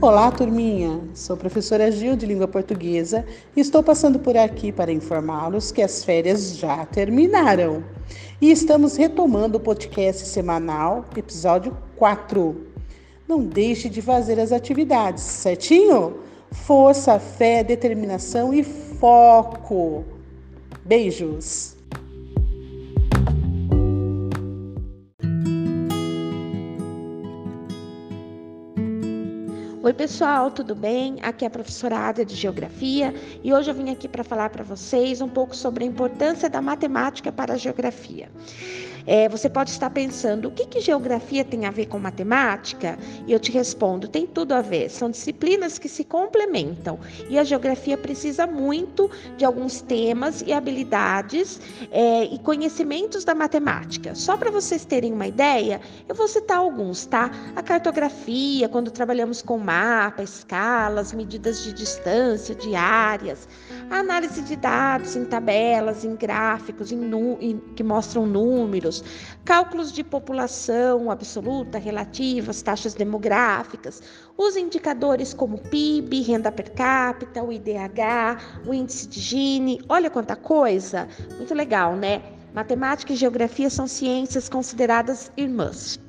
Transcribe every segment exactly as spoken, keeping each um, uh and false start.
Olá, turminha! Sou professora Gil de Língua Portuguesa e estou passando por aqui para informá-los que as férias já terminaram. E estamos retomando o podcast semanal, episódio quatro. Não deixe de fazer as atividades, certinho? Força, fé, determinação e foco! Beijos! Oi pessoal, tudo bem? Aqui é a professora Ada de Geografia e hoje eu vim aqui para falar para vocês um pouco sobre a importância da matemática para a geografia. É, você pode estar pensando, o que, que geografia tem a ver com matemática? E eu te respondo, tem tudo a ver. São disciplinas que se complementam e a geografia precisa muito de alguns temas e habilidades é, e conhecimentos da matemática. Só para vocês terem uma ideia, eu vou citar alguns, tá? A cartografia, quando trabalhamos com mapa, escalas, medidas de distância, de áreas, a análise de dados em tabelas, em gráficos, em nu- em, que mostram números, cálculos de população absoluta, relativas, taxas demográficas, os indicadores como P I B, renda per capita, o I D H, o índice de Gini, olha quanta coisa, muito legal, né? Matemática e geografia são ciências consideradas irmãs.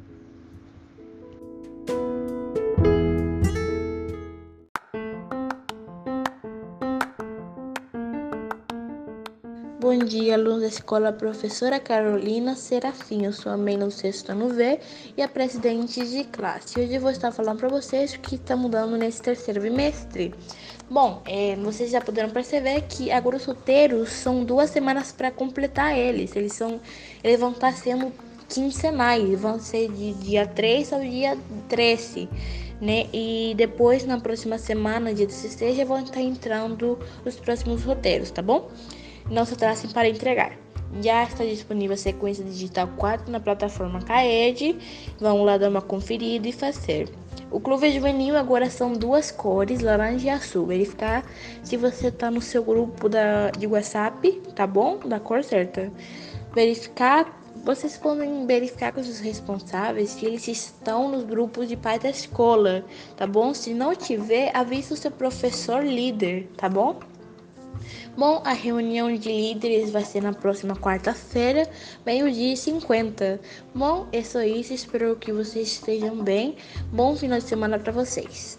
Bom dia, alunos da escola Professora Carolina Serafim. Eu sou a Mena do sexto ano V e a presidente de classe. Hoje eu vou estar falando para vocês o que está mudando nesse terceiro bimestre. Bom, é, vocês já puderam perceber que agora os roteiros são duas semanas para completar eles. Eles, são, eles vão estar sendo quinzenais, vão ser de dia três ao dia treze. Né? E depois, na próxima semana, dia dezesseis, já vão estar entrando os próximos roteiros, tá bom? Não se atrasem para entregar. Já está disponível a sequência digital quatro na plataforma Caed. Vamos lá dar uma conferida e fazer. O Clube Juvenil agora são duas cores, laranja e azul. Verificar se você está no seu grupo da, de WhatsApp, tá bom? Da cor certa. Verificar, vocês podem verificar com os responsáveis se eles estão nos grupos de pais da escola, tá bom? Se não tiver, avise o seu professor líder, tá bom? Bom, a reunião de líderes vai ser na próxima quarta-feira, meio-dia e cinquenta. Bom, é só isso. Espero que vocês estejam bem. Bom final de semana para vocês.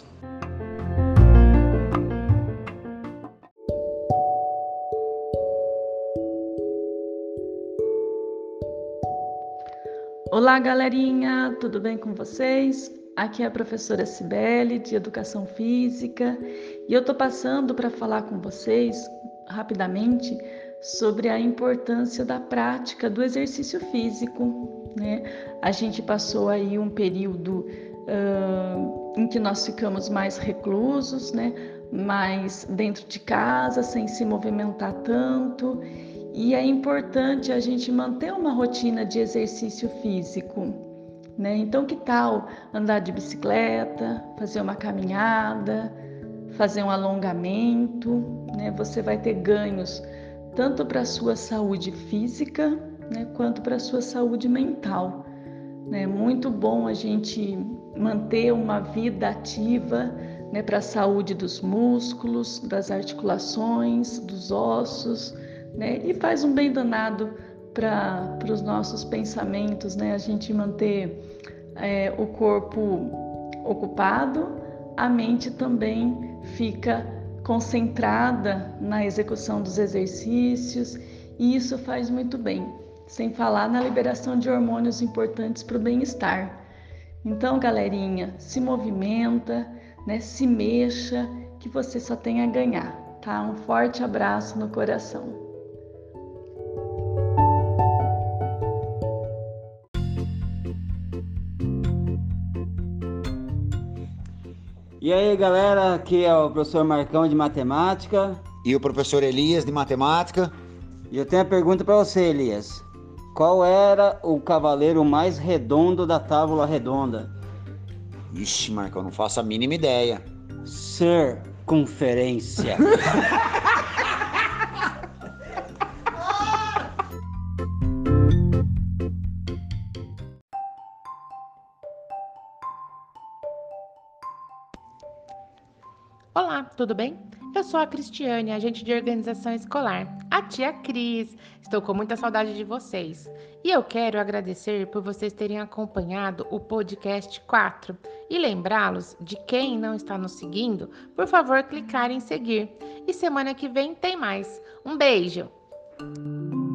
Olá, galerinha, tudo bem com vocês? Aqui é a professora Cibele, de Educação Física, e eu estou passando para falar com vocês rapidamente sobre a importância da prática do exercício físico, né? A gente passou aí um período uh, em que nós ficamos mais reclusos, né? Mais dentro de casa, sem se movimentar tanto, e é importante a gente manter uma rotina de exercício físico, né? Então, que tal andar de bicicleta, fazer uma caminhada, fazer um alongamento, né? Você vai ter ganhos tanto para a sua saúde física, né, quanto para a sua saúde mental. É muito bom a gente manter uma vida ativa, né, para a saúde dos músculos, das articulações, dos ossos, né, e faz um bem danado para os nossos pensamentos, né, a gente manter é, o corpo ocupado, a mente também fica concentrada na execução dos exercícios, e isso faz muito bem, sem falar na liberação de hormônios importantes para o bem-estar. Então, galerinha, se movimenta, né, se mexa, que você só tem a ganhar, tá? Um forte abraço no coração. E aí, galera, aqui é o professor Marcão de Matemática. E o professor Elias de Matemática. E eu tenho a pergunta para você, Elias. Qual era o cavaleiro mais redondo da Tábua Redonda? Ixi, Marcão, não faço a mínima ideia. Circunferência. Olá, tudo bem? Eu sou a Cristiane, agente de organização escolar, a tia Cris. Estou com muita saudade de vocês. E eu quero agradecer por vocês terem acompanhado o podcast quatro e lembrá-los de quem não está nos seguindo, por favor, clicar em seguir. E semana que vem tem mais. Um beijo!